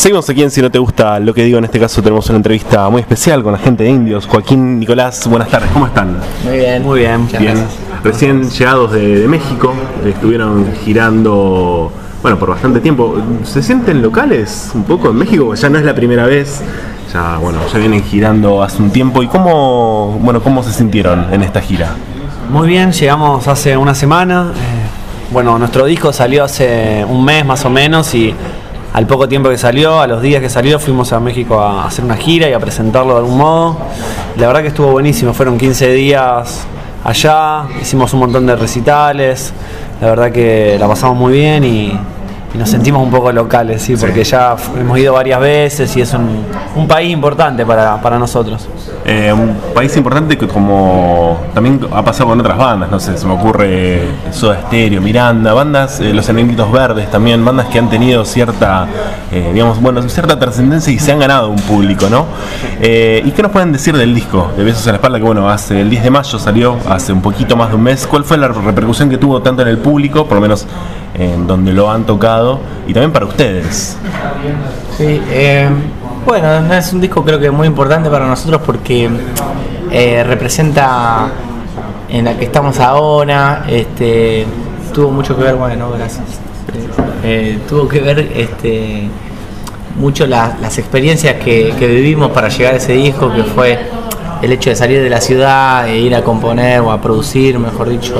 Seguimos aquí en Si No Te Gusta Lo Que Digo. En este caso tenemos una entrevista muy especial con la gente de Indios. Joaquín, Nicolás, buenas tardes, ¿cómo están? Muy bien. Muy bien. Bien. Recién llegados de México, estuvieron girando, bueno, por bastante tiempo. ¿Se sienten locales un poco en México? Ya no es la primera vez, ya vienen girando hace un tiempo. ¿Y cómo se sintieron en esta gira? Muy bien, llegamos hace una semana. Nuestro disco salió hace un mes más o menos y al poco tiempo que salió, a los días que salió, fuimos a México a hacer una gira y a presentarlo de algún modo. La verdad que estuvo buenísimo, fueron 15 días allá, hicimos un montón de recitales, la verdad que la pasamos muy bien y nos sentimos un poco locales, sí, porque ya hemos ido varias veces y es un país importante para nosotros. Un país importante que como también ha pasado con otras bandas, no sé, se me ocurre Soda Stereo, Miranda, bandas, Los Enanitos Verdes también, bandas que han tenido cierta trascendencia y se han ganado un público, ¿no? ¿Y qué nos pueden decir del disco de Besos a la Espalda? Que hace el 10 de mayo salió, hace un poquito más de un mes. ¿Cuál fue la repercusión que tuvo tanto en el público, por lo menos en donde lo han tocado, y también para ustedes? Sí, es un disco creo que muy importante para nosotros porque representa en la que estamos ahora, tuvo mucho que ver, gracias. Tuvo que ver mucho las experiencias que vivimos para llegar a ese disco, que fue el hecho de salir de la ciudad e ir a componer o a producir, mejor dicho,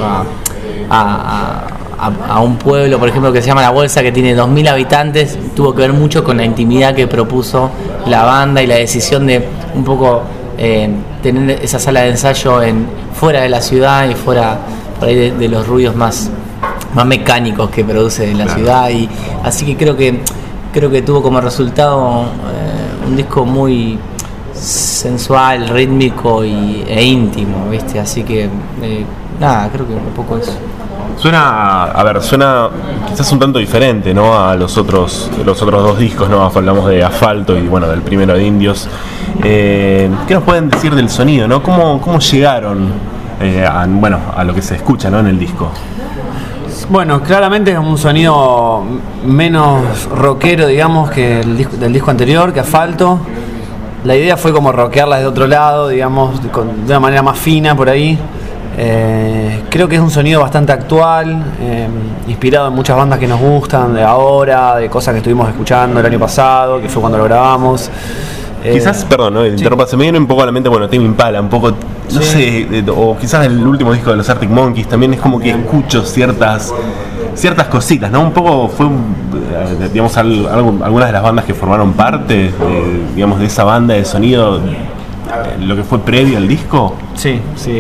a un pueblo, por ejemplo, que se llama La Bolsa, que tiene 2.000 habitantes. Tuvo que ver mucho con la intimidad que propuso la banda y la decisión de un poco tener esa sala de ensayo fuera de la ciudad y fuera por ahí de los ruidos más mecánicos que produce la ciudad. Y así que creo que tuvo como resultado un disco muy sensual, rítmico e íntimo, ¿viste? Así que creo que un poco eso. Suena quizás un tanto diferente, ¿no?, a los otros dos discos, ¿no? Hablamos de Asfalto y del primero de Indios. ¿Qué nos pueden decir del sonido, ¿no? ¿Cómo llegaron a lo que se escucha, ¿no?, en el disco? Bueno, claramente es un sonido menos rockero, digamos, que del disco anterior, que Asfalto. La idea fue como rockearla de otro lado, digamos, de una manera más fina por ahí. Creo que es un sonido bastante actual, inspirado en muchas bandas que nos gustan de ahora, de cosas que estuvimos escuchando el año pasado, que fue cuando lo grabamos. Quizás, perdón, ¿no? Interrumpa, se me viene un poco a la mente, Tame Impala, un poco, no sé, o quizás el último disco de los Arctic Monkeys, también es como que escucho ciertas cositas, ¿no? Un poco fue, algunas de las bandas que formaron parte, de esa banda de sonido, lo que fue previo al disco. Sí.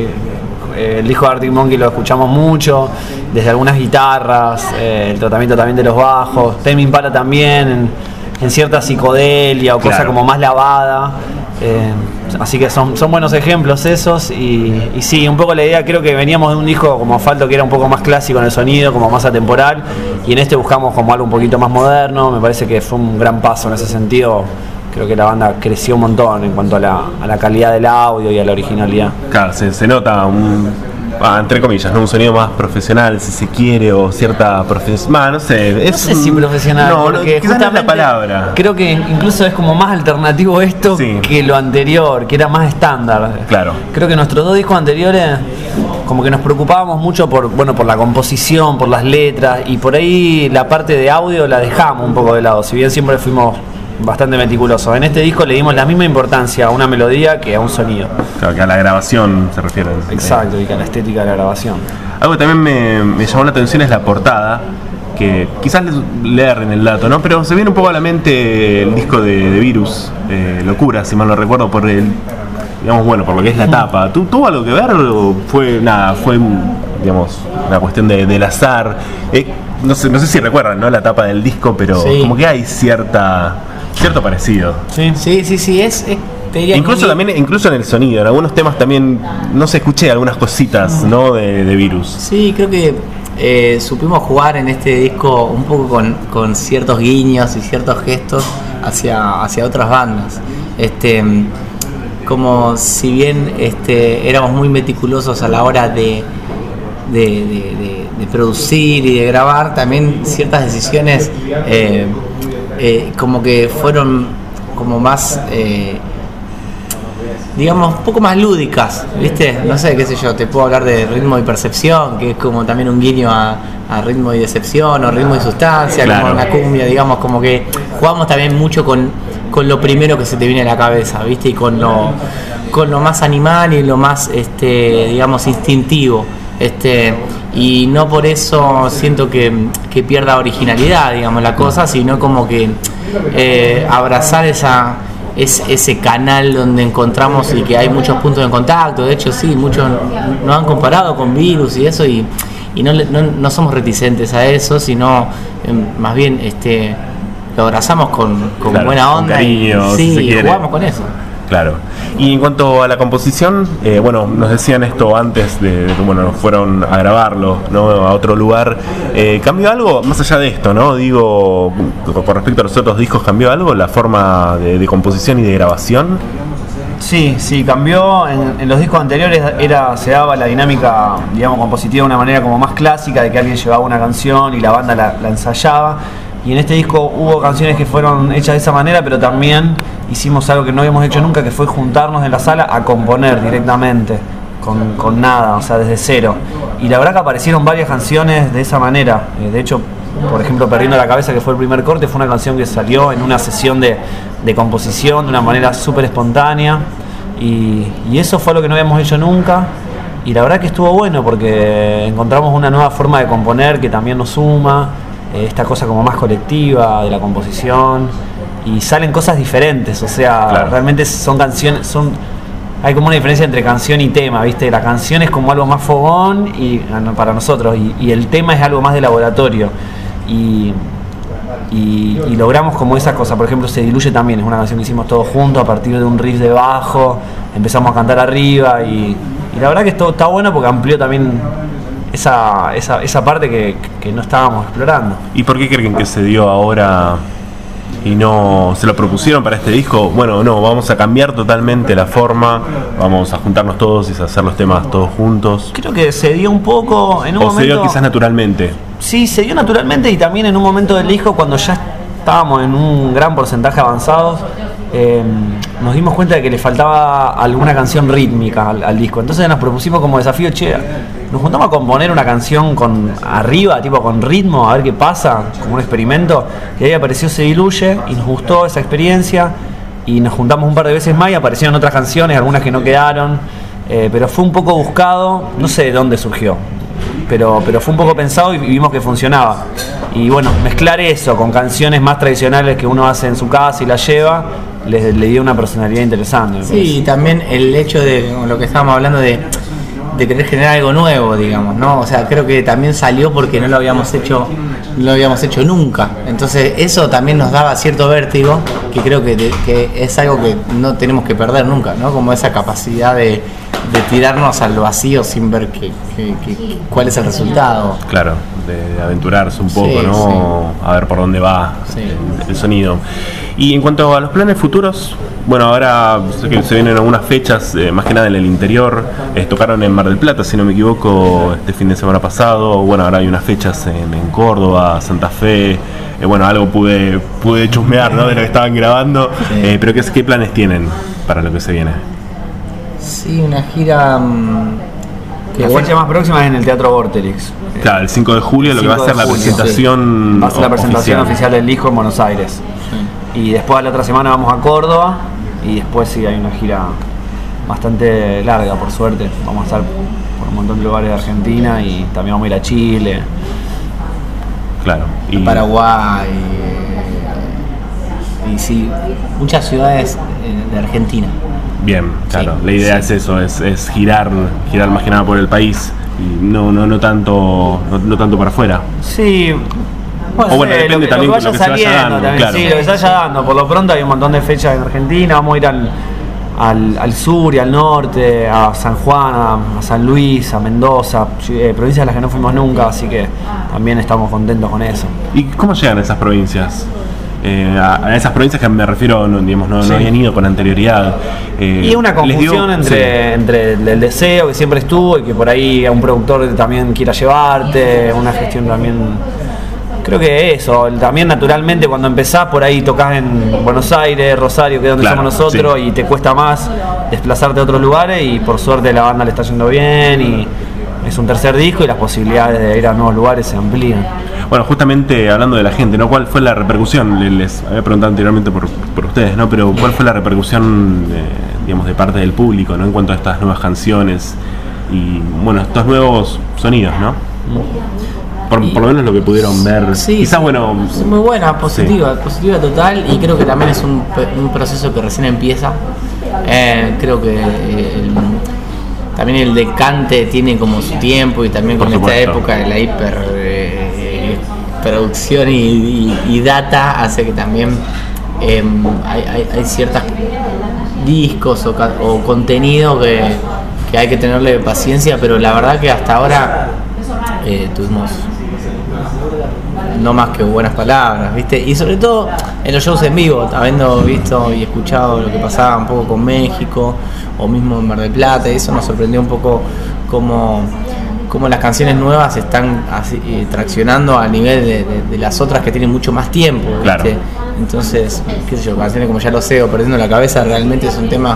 El disco de Arctic Monkey lo escuchamos mucho, desde algunas guitarras, el tratamiento también de los bajos. Tame Impala también, en cierta psicodelia o cosa como más lavada. Así que son buenos ejemplos esos. Y sí, un poco la idea, creo que veníamos de un disco como Asfalto que era un poco más clásico en el sonido, como más atemporal, y en este buscamos como algo un poquito más moderno. Me parece que fue un gran paso en ese sentido. Creo que la banda creció un montón en cuanto a la calidad del audio y a la originalidad. Claro, se nota entre comillas, ¿no?, un sonido más profesional, si se quiere, o cierta profesional, no sé. No sé si profesional, porque quizás no es la palabra. Creo que incluso es como más alternativo esto que lo anterior, que era más estándar. Claro. Creo que nuestros dos discos anteriores como que nos preocupábamos mucho por la composición, por las letras, y por ahí la parte de audio la dejamos un poco de lado, si bien siempre fuimos bastante meticulosos. En este disco le dimos la misma importancia a una melodía que a un sonido. Claro, que a la grabación se refiere. Exacto, y que a la estética de la grabación. Algo que también me llamó la atención es la portada, que quizás le erren el dato, ¿no? Pero se viene un poco a la mente el disco de Virus, Locura, si mal no recuerdo, por lo que es la tapa. ¿Tuvo algo que ver o fue una cuestión del azar? No sé si recuerdan, ¿no?, la tapa del disco, pero como que hay cierto parecido. Sí, Incluso en el sonido, en algunos temas también, no sé, escuché algunas cositas, ¿no?, de Virus. Sí, creo que supimos jugar en este disco un poco con ciertos guiños y ciertos gestos hacia otras bandas. Como si bien éramos muy meticulosos a la hora de producir y de grabar, también ciertas decisiones como que fueron como más, digamos, un poco más lúdicas, ¿viste? No sé, qué sé yo, te puedo hablar de Ritmo y Percepción, que es como también un guiño a Ritmo y Decepción, o Ritmo y Sustancia, claro, como una cumbia, digamos, como que jugamos también mucho con lo primero que se te viene a la cabeza, ¿viste? Y con lo más animal y lo más, digamos, instintivo. Y no por eso siento que pierda originalidad, digamos, la cosa, sino como que abrazar ese canal donde encontramos y que hay muchos puntos de contacto. De hecho, sí, muchos nos han comparado con Virus y eso, y no somos reticentes a eso, sino más bien lo abrazamos con claro, buena onda, con cariño, y sí, si se quiere. jugamos con eso. Claro. Y en cuanto a la composición, bueno, nos decían esto antes de que nos fueron a grabarlo, ¿no? A otro lugar. ¿Cambió algo más allá de esto, no? Digo, con respecto a los otros discos, ¿cambió algo la forma de composición y de grabación? Sí, cambió. En los discos anteriores se daba la dinámica, digamos, compositiva de una manera como más clásica, de que alguien llevaba una canción y la banda la ensayaba. Y en este disco hubo canciones que fueron hechas de esa manera, pero también hicimos algo que no habíamos hecho nunca, que fue juntarnos en la sala a componer directamente, con nada, o sea, desde cero. Y la verdad que aparecieron varias canciones de esa manera. De hecho, por ejemplo, Perdiendo la Cabeza, que fue el primer corte, fue una canción que salió en una sesión de composición de una manera súper espontánea. Y eso fue lo que no habíamos hecho nunca. Y la verdad que estuvo bueno porque encontramos una nueva forma de componer que también nos suma. Esta cosa como más colectiva de la composición, y salen cosas diferentes, o sea, claro, realmente son canciones, hay como una diferencia entre canción y tema, ¿viste? La canción es como algo más fogón para nosotros, y el tema es algo más de laboratorio, y logramos como esa cosa. Por ejemplo, Se Diluye también es una canción que hicimos todos juntos a partir de un riff de bajo, empezamos a cantar arriba, y la verdad que esto está bueno porque amplió también esa parte que no estábamos explorando. ¿Y por qué creen que se dio ahora y no se lo propusieron para este disco? Bueno, no, vamos a cambiar totalmente la forma, vamos a juntarnos todos y a hacer los temas todos juntos. Creo que se dio un poco en un momento. ¿O se dio quizás naturalmente? Sí, se dio naturalmente, y también en un momento del disco, cuando ya estábamos en un gran porcentaje avanzados, nos dimos cuenta de que le faltaba alguna canción rítmica al disco. Entonces nos propusimos como desafío, nos juntamos a componer una canción con arriba, tipo con ritmo, a ver qué pasa, como un experimento. Y ahí apareció Se Diluye y nos gustó esa experiencia, y nos juntamos un par de veces más y aparecieron otras canciones, algunas que no quedaron, pero fue un poco buscado, no sé de dónde surgió, pero fue un poco pensado y vimos que funcionaba. Y bueno, mezclar eso con canciones más tradicionales que uno hace en su casa y las lleva, le dio una personalidad interesante. Sí, y también el hecho de lo que estábamos hablando de querer generar algo nuevo, digamos, ¿no? O sea, creo que también salió porque no lo habíamos hecho nunca. Entonces eso también nos daba cierto vértigo, que creo que es algo que no tenemos que perder nunca, ¿no? Como esa capacidad de tirarnos al vacío sin ver cuál es el resultado. Claro, de aventurarse un poco, sí, ¿no? Sí. A ver por dónde va, sí, el sonido. Y en cuanto a los planes futuros, bueno, ahora sé que se vienen algunas fechas, más que nada en el interior. Tocaron en Mar del Plata, si no me equivoco, este fin de semana pasado. Bueno, ahora hay unas fechas en Córdoba, Santa Fe. Bueno, algo pude chusmear, ¿no? De lo que estaban grabando. Sí. Pero ¿qué planes tienen para lo que se viene? Sí, una gira La fecha más próxima es en el Teatro Vorterix. Claro, el 5 de julio, lo que va a ser la presentación. Sí. Va a ser la presentación oficial del disco en Buenos Aires. Sí. Y después la otra semana vamos a Córdoba, y después sí hay una gira bastante larga, por suerte. Vamos a estar por un montón de lugares de Argentina, y también vamos a ir a Chile. Claro. Y Paraguay. Y sí, muchas ciudades de Argentina. Bien, claro, sí, la idea sí. es eso, es girar más que nada por el país, y no tanto para afuera. Sí. O bueno, depende también de lo que se vaya dando, claro. Sí, lo que se vaya dando. Por lo pronto hay un montón de fechas en Argentina. Vamos a ir al sur y al norte, a San Juan, a San Luis, a Mendoza, provincias a las que no fuimos nunca, así que también estamos contentos con eso. ¿Y cómo llegan a esas provincias? A esas provincias que me refiero, no habían ido con anterioridad. Y una confusión entre el deseo que siempre estuvo, y que por ahí a un productor también quiera llevarte, una gestión también Creo que eso, también naturalmente cuando empezás por ahí tocas en Buenos Aires, Rosario, que es donde somos nosotros, y te cuesta más desplazarte a otros lugares, y por suerte la banda le está yendo bien y es un tercer disco y las posibilidades de ir a nuevos lugares se amplían. Bueno, justamente hablando de la gente, ¿no? ¿Cuál fue la repercusión? Les había preguntado anteriormente por ustedes, ¿no? Pero ¿cuál fue la repercusión, digamos, de parte del público, ¿no? En cuanto a estas nuevas canciones y, bueno, estos nuevos sonidos, ¿no? Por lo menos lo que pudieron ver. Sí, quizás, bueno... Muy buena, positiva total, y creo que también es un proceso que recién empieza. Creo que también el decante tiene como su tiempo, y también con esta época de la hiperproducción y data hace que también hay ciertos discos o contenido que hay que tenerle paciencia, pero la verdad que hasta ahora tuvimos no más que buenas palabras, ¿viste? Y sobre todo en los shows en vivo, habiendo visto y escuchado lo que pasaba un poco con México o mismo en Mar del Plata, eso nos sorprendió un poco cómo las canciones nuevas están así, traccionando a nivel de las otras que tienen mucho más tiempo, ¿viste? Claro. Entonces, qué sé yo, canciones como Ya lo sé o Perdiendo la cabeza realmente es un tema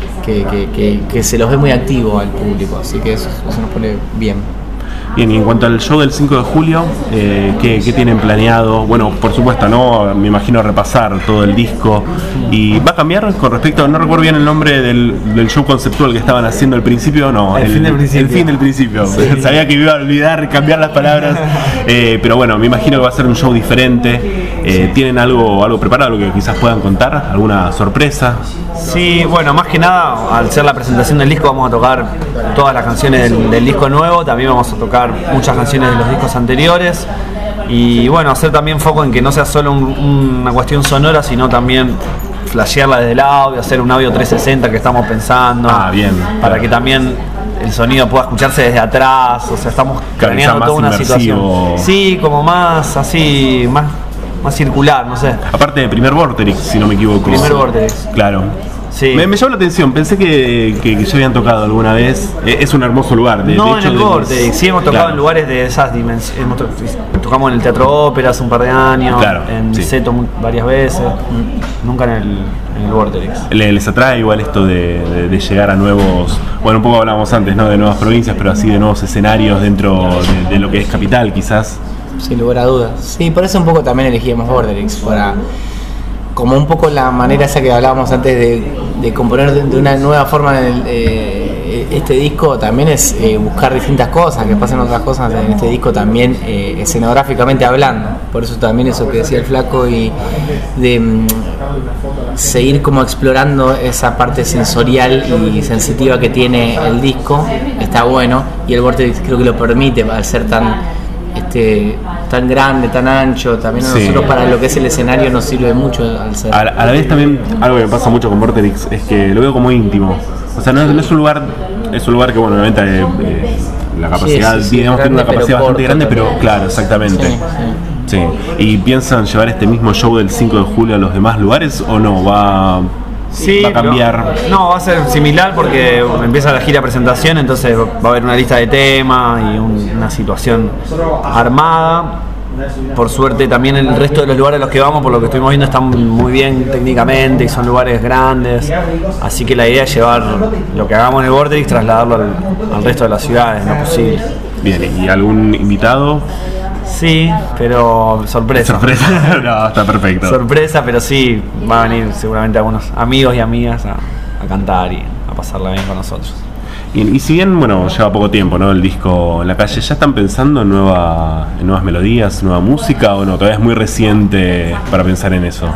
que se los ve muy activo al público, así que eso nos pone bien. Bien, y en cuanto al show del 5 de julio, ¿qué tienen planeado? Bueno, por supuesto, ¿no? Me imagino repasar todo el disco. ¿Y va a cambiar con respecto, no recuerdo bien el nombre del show conceptual que estaban haciendo al principio? No, el fin del principio. El fin del principio. Sí. Sabía que me iba a olvidar cambiar las palabras. Pero bueno, me imagino que va a ser un show diferente. Sí. ¿Tienen algo preparado que quizás puedan contar? ¿Alguna sorpresa? Sí, bueno, más que nada, al ser la presentación del disco, vamos a tocar todas las canciones del disco nuevo. También vamos a tocar muchas canciones de los discos anteriores, y bueno, hacer también foco en que no sea solo una cuestión sonora, sino también flashearla desde el audio, hacer un audio 360 que estamos pensando, bien, para que también el sonido pueda escucharse desde atrás. O sea, estamos planeando toda una situación, sí, como más así, más circular, no sé. Aparte de Primer Vorterix, si no me equivoco. Primer Vorterix. Claro. Sí. Me llamó la atención, pensé que ya habían tocado alguna vez. Es un hermoso lugar. De no, hecho, en el Vorterix. Sí, hemos tocado en lugares de esas dimensiones. Tocamos en el Teatro Ópera hace un par de años, en Seto varias veces, nunca en el Vorterix. ¿Les atrae igual esto de llegar a nuevos, bueno, un poco hablábamos antes, ¿no? De nuevas provincias, pero así de nuevos escenarios dentro de lo que es capital, quizás? Sin lugar a dudas. Sí, por eso un poco también elegimos Vorterix, para como un poco la manera esa que hablábamos antes de componer de una nueva forma este disco, también es buscar distintas cosas, que pasen otras cosas en este disco también, escenográficamente hablando. Por eso también eso que decía el Flaco, y de seguir como explorando esa parte sensorial y sensitiva que tiene el disco, está bueno, y el Vorterix creo que lo permite al ser tan grande, tan ancho. También a nosotros para lo que es el escenario nos sirve mucho al ser. A la vez también algo que me pasa mucho con Vorterix es que lo veo como íntimo. O sea, no es un lugar que bueno, obviamente la capacidad, digamos, tiene una capacidad bastante grande, pero claro, exactamente. Sí. ¿Y piensan llevar este mismo show del 5 de julio a los demás lugares o no? ¿Va a cambiar? No, va a ser similar porque empieza la gira presentación, entonces va a haber una lista de temas y una situación armada. Por suerte también el resto de los lugares a los que vamos, por lo que estuvimos viendo, están muy bien técnicamente y son lugares grandes, así que la idea es llevar lo que hagamos en el Vorterix, trasladarlo al resto de las ciudades, no posible. Bien, ¿y algún invitado? Sí, pero sorpresa. No, está perfecto. Sorpresa, pero sí, van a venir seguramente algunos amigos y amigas a cantar y a pasarla bien con nosotros. Y si bien, bueno, lleva poco tiempo, ¿no? El disco en la calle, ¿ya están pensando en nuevas melodías, nueva música, o no? Todavía es muy reciente para pensar en eso.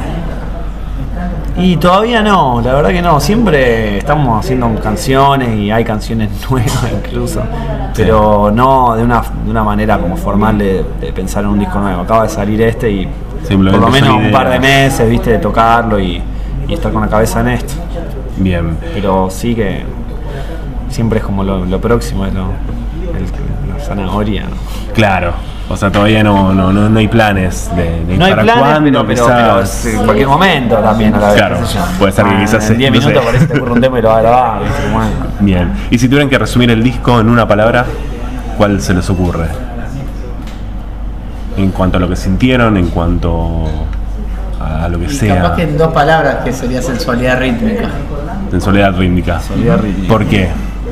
Y todavía no, la verdad que no. Siempre estamos haciendo canciones y hay canciones nuevas incluso, pero no de una manera como formal de pensar en un disco nuevo. Acaba de salir y por lo menos un par de meses, viste, de tocarlo y estar con la cabeza en esto. Bien. Pero sí que siempre es como lo próximo, es la zanahoria, ¿no? Claro. O sea, todavía no hay planes de no hay para planes, cuándo, pero en cualquier momento también a la vez. Claro, puede ser que quizás en 10 minutos parece que te ocurre un tema y lo va a grabar. Bien. Y si tuvieran que resumir el disco en una palabra, ¿cuál se les ocurre? en cuanto a lo que sintieron, en cuanto a lo que Y sea. capaz que en 2 palabras, que sería sensualidad rítmica. Sensualidad rítmica. ¿Por qué?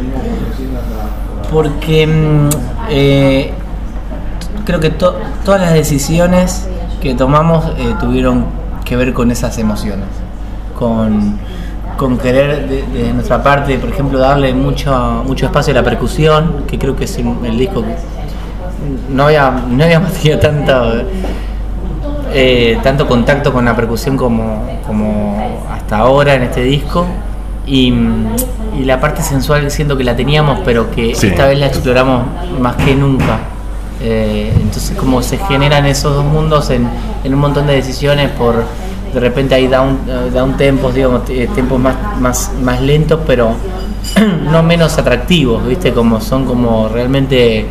Porque creo que todas las decisiones que tomamos tuvieron que ver con esas emociones, con querer de nuestra parte, por ejemplo, darle mucho espacio a la percusión, que creo que es el disco que no habíamos tenido tanto contacto con la percusión como hasta ahora en este disco. Y la parte sensual siento que la teníamos, pero que Sí. esta vez la exploramos más que nunca. Entonces como se generan esos dos mundos en un montón de decisiones, de repente hay down tempos, digamos, tempos más lentos, pero no menos atractivos, ¿viste? Son como realmente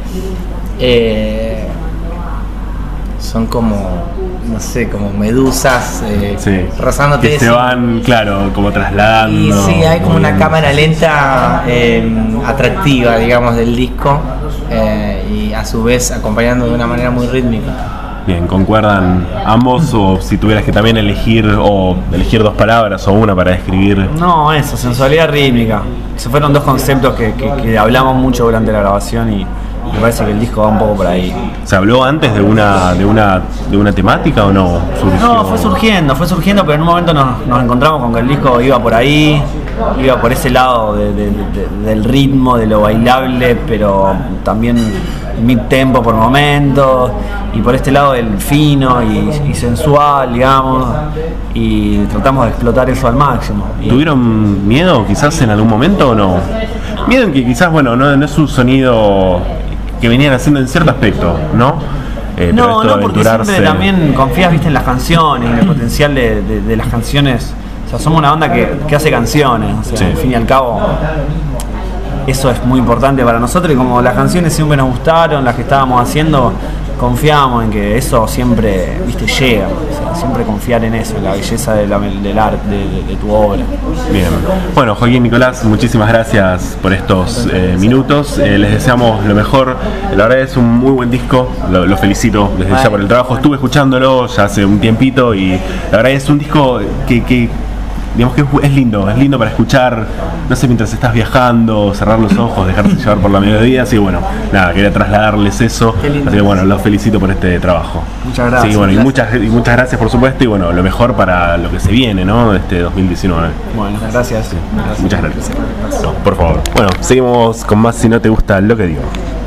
son como, no sé, como medusas Sí. rozándote. Que se van, claro, como trasladando. Y sí, hay como una moviendo. cámara lenta atractiva, digamos, del disco, y a su vez acompañando de una manera muy rítmica. Bien, ¿concuerdan ambos? O si tuvieras que también elegir 2 palabras o una para describir. No, eso, sensualidad rítmica. Esos fueron 2 conceptos que hablamos mucho durante la grabación y me parece que el disco va un poco por ahí. ¿Se habló antes de una temática o no? ¿Surgió? No, fue surgiendo, pero en un momento nos encontramos con que el disco iba por ahí, iba por ese lado del ritmo, de lo bailable, pero también mid-tempo por momentos, y por este lado del fino y sensual, digamos, y tratamos de explotar eso al máximo. ¿Tuvieron miedo quizás en algún momento o no? Miedo en que quizás, bueno, no es un sonido que venían haciendo en cierto aspecto, ¿no? Pero No, esto de no, porque aventurarse. siempre también confías, viste, en las canciones, en el potencial de las canciones. O sea, somos una banda que hace canciones, o sea, Sí. al fin y al cabo, eso es muy importante para nosotros, y como las canciones siempre nos gustaron, las que estábamos haciendo, confiamos en que eso siempre, viste, llega. O sea, siempre confiar en eso, en la belleza del arte, de tu obra. Bien. Bueno, Joaquín, Nicolás, muchísimas gracias por estos minutos. Les deseamos lo mejor. La verdad es un muy buen disco. Lo felicito desde ya por el trabajo. Estuve escuchándolo ya hace un tiempito y la verdad es un disco que digamos que es lindo para escuchar, no sé, mientras estás viajando, cerrar los ojos, dejarse llevar por la melodía. Así que bueno, nada, quería trasladarles eso. Qué lindo. Así que bueno, los felicito por este trabajo. Muchas gracias. Sí, bueno, Gracias. y muchas gracias por supuesto, y bueno, lo mejor para lo que se viene, ¿no? Este 2019. Bueno, gracias. Muchas gracias. No, por favor. Bueno, seguimos con más Si no te gusta lo que digo.